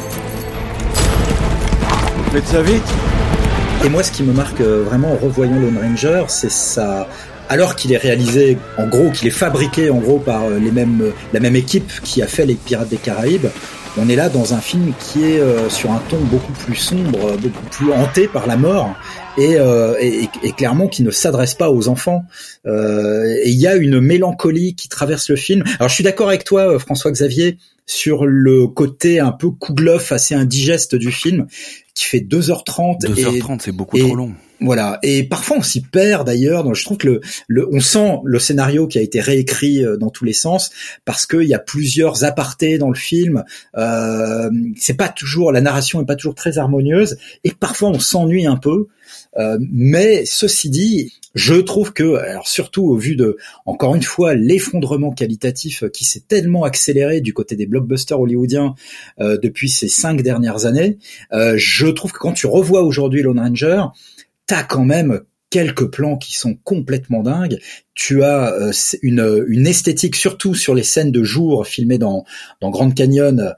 Vous faites ça vite ? Et moi, ce qui me marque vraiment en revoyant Lone Ranger, c'est ça. Alors qu'il est réalisé, en gros, qu'il est fabriqué en gros par la même équipe qui a fait les Pirates des Caraïbes, on est là dans un film qui est sur un ton beaucoup plus sombre, beaucoup plus hanté par la mort, et clairement qui ne s'adresse pas aux enfants. Et il y a une mélancolie qui traverse le film. Alors je suis d'accord avec toi, François-Xavier, sur le côté un peu Kouglof, assez indigeste du film, qui fait 2h30. 2h30, c'est beaucoup trop long. Voilà. Et parfois on s'y perd d'ailleurs. Donc je trouve que on sent le scénario qui a été réécrit dans tous les sens, parce qu'il y a plusieurs apartés dans le film. C'est pas toujours, la narration est pas toujours très harmonieuse, et parfois on s'ennuie un peu. Mais ceci dit, je trouve que, alors surtout au vu de, encore une fois, l'effondrement qualitatif qui s'est tellement accéléré du côté des blockbusters hollywoodiens depuis ces 5 dernières années, je trouve que quand tu revois aujourd'hui Lone Ranger, t'as quand même quelques plans qui sont complètement dingues. Tu as une esthétique, surtout sur les scènes de jour filmées dans Grand Canyon,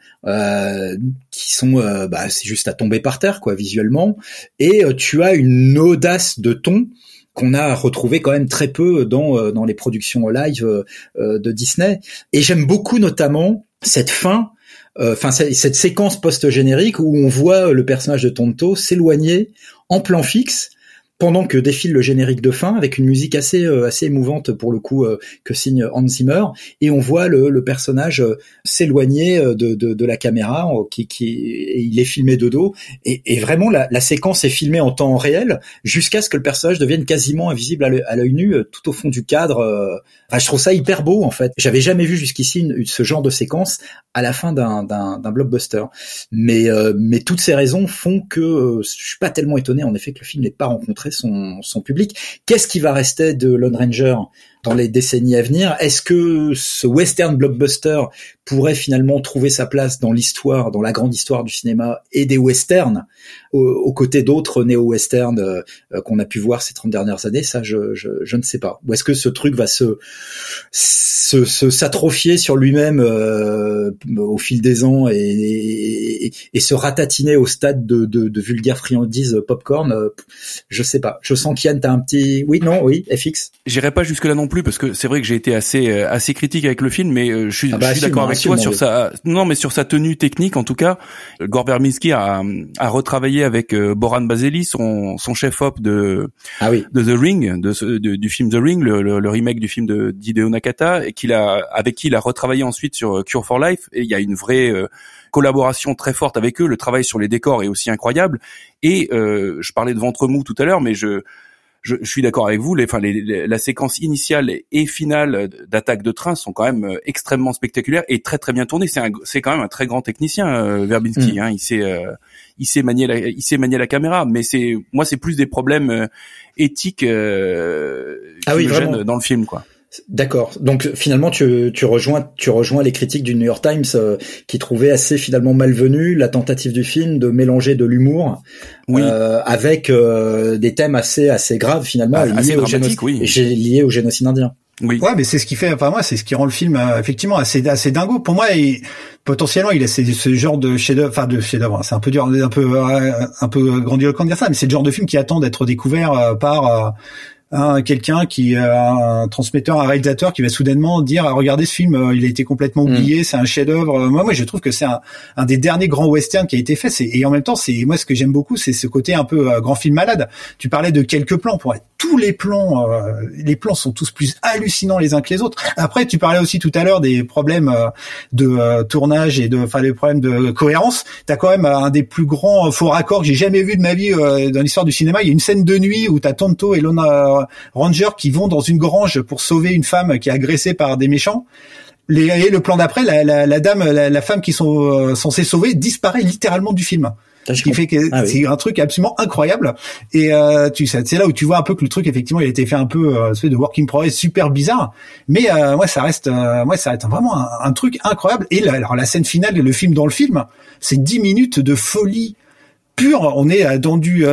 qui sont c'est juste à tomber par terre quoi visuellement. Et tu as une audace de ton qu'on a retrouvé quand même très peu dans les productions live de Disney. Et j'aime beaucoup notamment cette fin. Cette séquence post-générique où on voit le personnage de Tonto s'éloigner en plan fixe pendant que défile le générique de fin avec une musique assez émouvante pour le coup que signe Hans Zimmer, et on voit le personnage s'éloigner de la caméra et il est filmé de dos, et vraiment la séquence est filmée en temps réel jusqu'à ce que le personnage devienne quasiment invisible à l'œil nu tout au fond du cadre. Je trouve ça hyper beau en fait. J'avais jamais vu jusqu'ici ce genre de séquence à la fin d'un blockbuster. Mais toutes ces raisons font que je suis pas tellement étonné en effet que le film n'ait pas rencontré son public. Qu'est-ce qui va rester de Lone Ranger dans les décennies à venir. Est-ce que ce western blockbuster pourrait finalement trouver sa place dans l'histoire, dans la grande histoire du cinéma et des westerns, aux côtés d'autres néo-westerns qu'on a pu voir ces 30 dernières années? Ça, je ne sais pas. Ou est-ce que ce truc va s'atrophier sur lui-même au fil des ans et se ratatiner au stade de vulgaire friandise popcorn? Je sais pas. Je sens qu'Yann, t'as un petit... Oui, FX? J'irai pas jusque là non plus, parce que c'est vrai que j'ai été assez critique avec le film, mais je suis d'accord avec toi sur sur sa tenue technique. En tout cas, Gore Verbinski a retravaillé avec Boran Baseli, son chef-op de The Ring, du film The Ring, le remake du film de Hideo Nakata, et avec qui il a retravaillé ensuite sur Cure for Life. Et il y a une vraie collaboration très forte avec eux. Le travail sur les décors est aussi incroyable. Et je parlais de ventre mou tout à l'heure, mais je suis d'accord avec vous. La séquence initiale et finale d'attaque de train sont quand même extrêmement spectaculaires et très très bien tournées. C'est quand même un très grand technicien, Verbinski. Hein. Il sait manier la caméra, mais c'est plus des problèmes éthiques qui me gênent dans le film, quoi. D'accord. Donc finalement tu rejoins les critiques du New York Times qui trouvaient assez finalement malvenue la tentative du film de mélanger de l'humour avec des thèmes assez graves finalement liés au génocide indien. Oui. Ouais, mais c'est ce qui fait, c'est ce qui rend le film effectivement assez dingo. Pour moi, potentiellement, il a ce genre de chef-d'œuvre. C'est un peu dur, un peu grandiloquent de dire ça, mais c'est le genre de film qui attend d'être découvert par quelqu'un qui un transmetteur, un réalisateur qui va soudainement dire regardez ce film, il a été complètement oublié, c'est un chef-d'œuvre. Moi je trouve que c'est un des derniers grands westerns qui a été fait. Et en même temps, moi ce que j'aime beaucoup, c'est ce côté un peu grand film malade. Tu parlais de quelques plans, pour être tous les plans sont tous plus hallucinants les uns que les autres. Après, tu parlais aussi tout à l'heure des problèmes de tournage et des problèmes de cohérence. T'as quand même un des plus grands faux raccords que j'ai jamais vu de ma vie dans l'histoire du cinéma. Il y a une scène de nuit où t'as Tonto et Lone Ranger qui vont dans une grange pour sauver une femme qui est agressée par des méchants. Et le plan d'après, la femme qui sont censées sauver disparaît littéralement du film. Ce qui fait que c'est un truc absolument incroyable. Et c'est là où tu vois un peu que le truc effectivement il a été fait un peu espèce de work in progress super bizarre. Mais ça reste vraiment un truc incroyable. Et la scène finale, le film dans le film, c'est 10 minutes de folie pure. On est dans du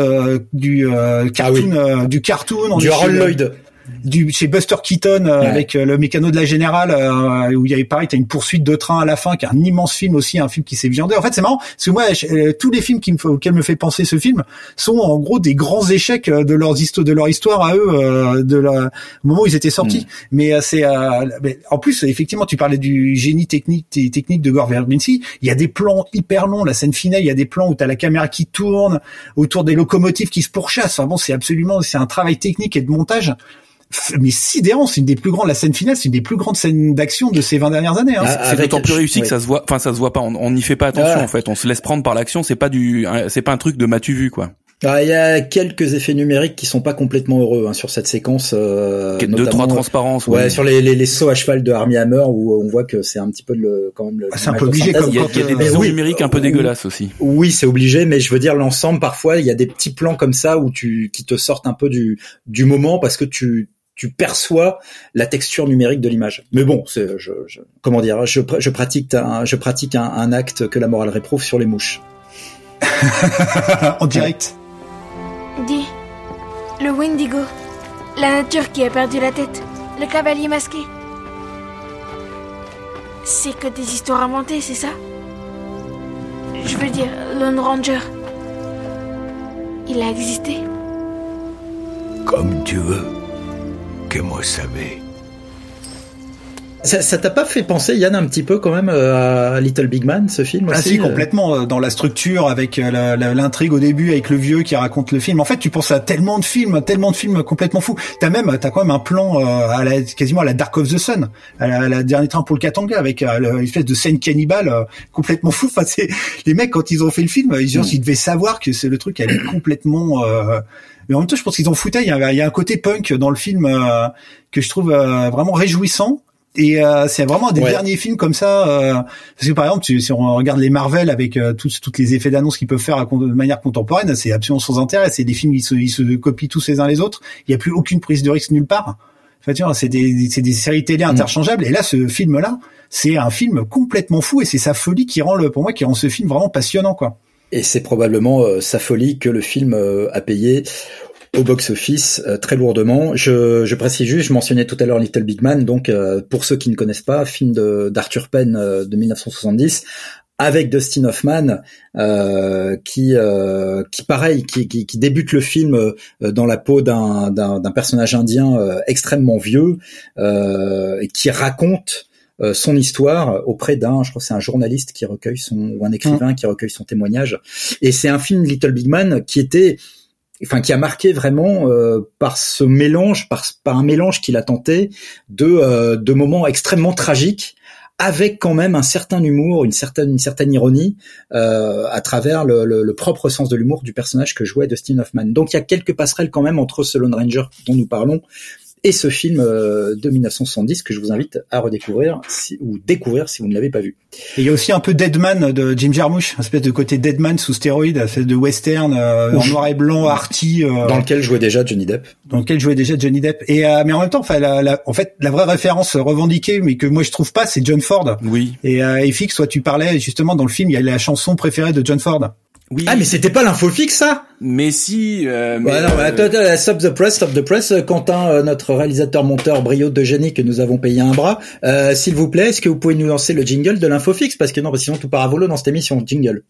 cartoon, du cartoon, du Harold Lloyd. Chez Buster Keaton avec le mécano de la Générale où il y avait pareil, t'as une poursuite de train à la fin qui est un immense film aussi, un film qui s'est viandé. En fait c'est marrant parce que moi tous les films auxquels me fait penser ce film sont en gros des grands échecs de leur histoire à eux au moment où ils étaient sortis. Mais en plus effectivement tu parlais du génie technique de Gore Verbinski. Il y a des plans hyper longs, la scène finale, il y a des plans où t'as la caméra qui tourne autour des locomotives qui se pourchassent. Enfin bon, c'est un travail technique et de montage mais sidérant. C'est une des plus grandes, la scène finale, c'est une des plus grandes scènes d'action de ces 20 dernières années, hein. C'est d'autant plus réussi que ça se voit pas, on n'y fait pas attention, en fait, on se laisse prendre par l'action, c'est pas un truc de m'as-tu vu, quoi. Il y a quelques effets numériques qui sont pas complètement heureux sur cette séquence. 2-3 transparences. Ouais, sur les sauts à cheval de Armie Hammer où on voit que c'est un petit peu c'est un peu obligé. Il y a des bisous numériques un peu dégueulasses aussi. Oui, c'est obligé, mais je veux dire l'ensemble. Parfois, il y a des petits plans comme ça où qui te sortent un peu du moment parce que tu perçois la texture numérique de l'image. Mais bon, je pratique un acte que la morale réprouve sur les mouches. En direct. Dis, le Wendigo, la nature qui a perdu la tête, le cavalier masqué. C'est que des histoires inventées, c'est ça? Je veux dire, Lone Ranger. Il a existé? Comme tu veux. Que moi savais. Ça t'a pas fait penser, Yann, un petit peu quand même à Little Big Man, ce film aussi? Si, complètement, dans la structure, avec l'intrigue au début, avec le vieux qui raconte le film. En fait, tu penses à tellement de films complètement fous. T'as quand même un plan quasiment à la Dark of the Sun, à la dernier train pour le Katanga, avec une espèce de scène cannibale complètement fou. Enfin, les mecs, quand ils ont fait le film, ils devaient savoir que le truc allait complètement... Mais en même temps, je pense qu'ils en foutaient. Il y a un côté punk dans le film que je trouve vraiment réjouissant. Et c'est vraiment un des derniers films comme ça. Parce que par exemple, si on regarde les Marvel avec tous les effets d'annonce qu'ils peuvent faire de manière contemporaine, c'est absolument sans intérêt. C'est des films ils se copient tous les uns les autres. Il n'y a plus aucune prise de risque nulle part. Enfin, tu vois, c'est des séries télé interchangeables. Et là, ce film-là, c'est un film complètement fou et c'est sa folie qui rend ce film vraiment passionnant, quoi. Et c'est probablement sa folie que le film a payé au box-office très lourdement. Je précise juste, je mentionnais tout à l'heure Little Big Man, donc pour ceux qui ne connaissent pas, film d'Arthur Penn de 1970, avec Dustin Hoffman, qui débute le film dans la peau d'un personnage indien extrêmement vieux, et qui raconte son histoire auprès je crois que c'est un journaliste qui recueille ou un écrivain qui recueille son témoignage. Et c'est un film Little Big Man qui a marqué vraiment par ce mélange, par un mélange qu'il a tenté de moments extrêmement tragiques, avec quand même un certain humour, une certaine ironie, à travers le propre sens de l'humour du personnage que jouait Dustin Hoffman. Donc il y a quelques passerelles quand même entre ce Lone Ranger dont nous parlons et ce film de 1970 que je vous invite à redécouvrir ou découvrir si vous ne l'avez pas vu. Et il y a aussi un peu Deadman de Jim Jarmusch, un espèce de côté Deadman sous stéroïde, un espèce de western en noir et blanc, arty, dans lequel jouait déjà Johnny Depp. Et mais en même temps, la vraie référence revendiquée, mais que moi je trouve pas, c'est John Ford. Oui. Et FX, toi tu parlais justement dans le film, il y a la chanson préférée de John Ford. Oui. Ah, mais c'était pas l'info fixe, ça? Mais si, Stop the press, Quentin, notre réalisateur monteur brio de génie que nous avons payé un bras, s'il vous plaît, est-ce que vous pouvez nous lancer le jingle de l'info fixe? Parce que sinon tout part à volo dans cette émission. Jingle.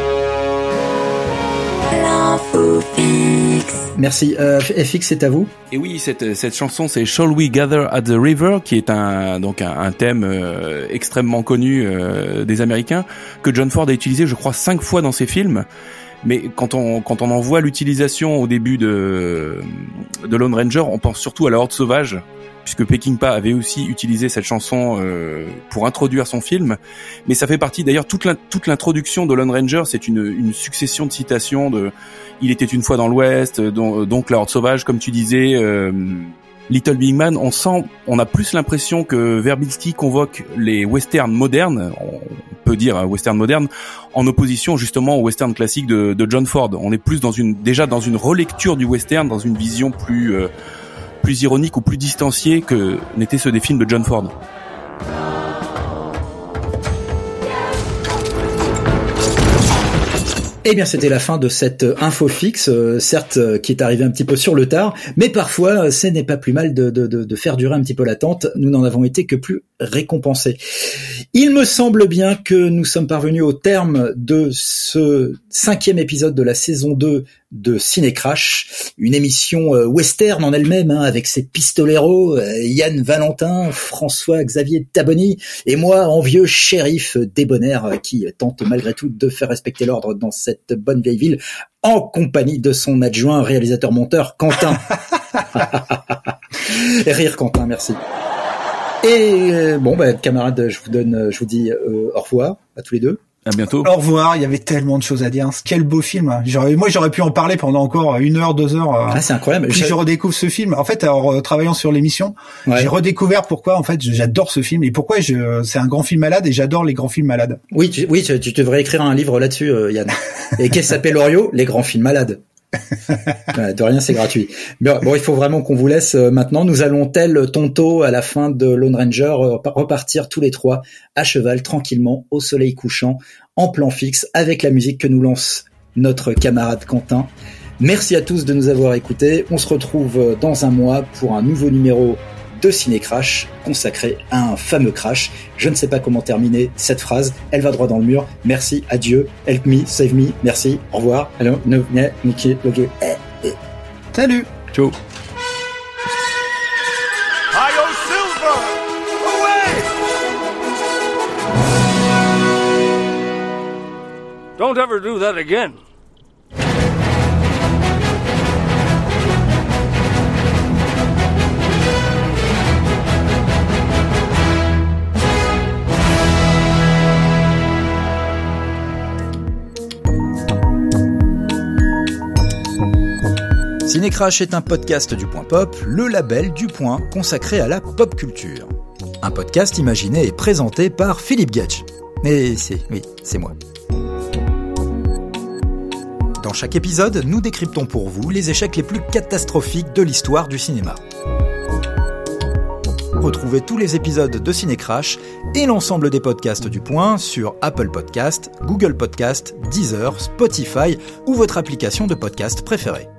L'info fixe. Merci. FX, c'est à vous. Et oui, cette chanson, c'est Shall We Gather at the River, qui est un thème extrêmement connu des Américains, que John Ford a utilisé, je crois, 5 fois dans ses films. Mais quand on en voit l'utilisation au début de Lone Ranger, on pense surtout à la Horde sauvage, puisque Peckinpah avait aussi utilisé cette chanson pour introduire son film. Mais ça fait partie, d'ailleurs, toute l'introduction de Lone Ranger, c'est une succession de citations de Il était une fois dans l'Ouest, donc la Horde sauvage, comme tu disais, Little Big Man. On a plus l'impression que Verbinski convoque les westerns modernes, on peut dire western moderne, en opposition justement au western classique de John Ford. On est plus dans une relecture du western, dans une vision plus ironique ou plus distanciée que n'étaient ceux des films de John Ford. Eh bien, c'était la fin de cette info fixe, certes, qui est arrivée un petit peu sur le tard, mais parfois, ce n'est pas plus mal de faire durer un petit peu l'attente. Nous n'en avons été que plus récompensés. Il me semble bien que nous sommes parvenus au terme de ce 5e épisode de la saison 2 de Ciné Crash, une émission western en elle-même, avec ses pistoleros, Yann Valentin, François-Xavier Taboni, et moi, en vieux shérif débonnaire qui tente malgré tout de faire respecter l'ordre dans cette bonne vieille ville, en compagnie de son adjoint réalisateur-monteur, Quentin. Et rire Quentin, merci. Et camarades, je vous dis au revoir à tous les deux. À bientôt. Au revoir, il y avait tellement de choses à dire. Quel beau film. J'aurais pu en parler pendant encore 1 heure, 2 heures. Ah, c'est incroyable. Puis je redécouvre ce film. En fait, travaillant sur l'émission, j'ai redécouvert pourquoi, en fait, j'adore ce film et pourquoi c'est un grand film malade et j'adore les grands films malades. Oui, tu devrais écrire un livre là-dessus, Yann. Et qui s'appelle Orio, les grands films malades. De rien, c'est gratuit. Bon, il faut vraiment qu'on vous laisse maintenant. Nous allons, tel Tonto à la fin de Lone Ranger, repartir tous les trois à cheval, tranquillement, au soleil couchant, en plan fixe, avec la musique que nous lance notre camarade Quentin. Merci à tous de nous avoir écoutés. On se retrouve dans un mois pour un nouveau numéro de Ciné Crash consacré à un fameux crash. Je ne sais pas comment terminer cette phrase. Elle va droit dans le mur. Merci, adieu, help me, save me, merci, au revoir. Allô, Niki, Logué. Salut. Ciao. Io Silver! Away! Don't ever do that again. Ciné Crash est un podcast du Point Pop, le label du Point consacré à la pop culture. Un podcast imaginé et présenté par Philippe Gage. Et c'est moi. Dans chaque épisode, nous décryptons pour vous les échecs les plus catastrophiques de l'histoire du cinéma. Retrouvez tous les épisodes de Cinécrash et l'ensemble des podcasts du Point sur Apple Podcast, Google Podcast, Deezer, Spotify ou votre application de podcast préférée.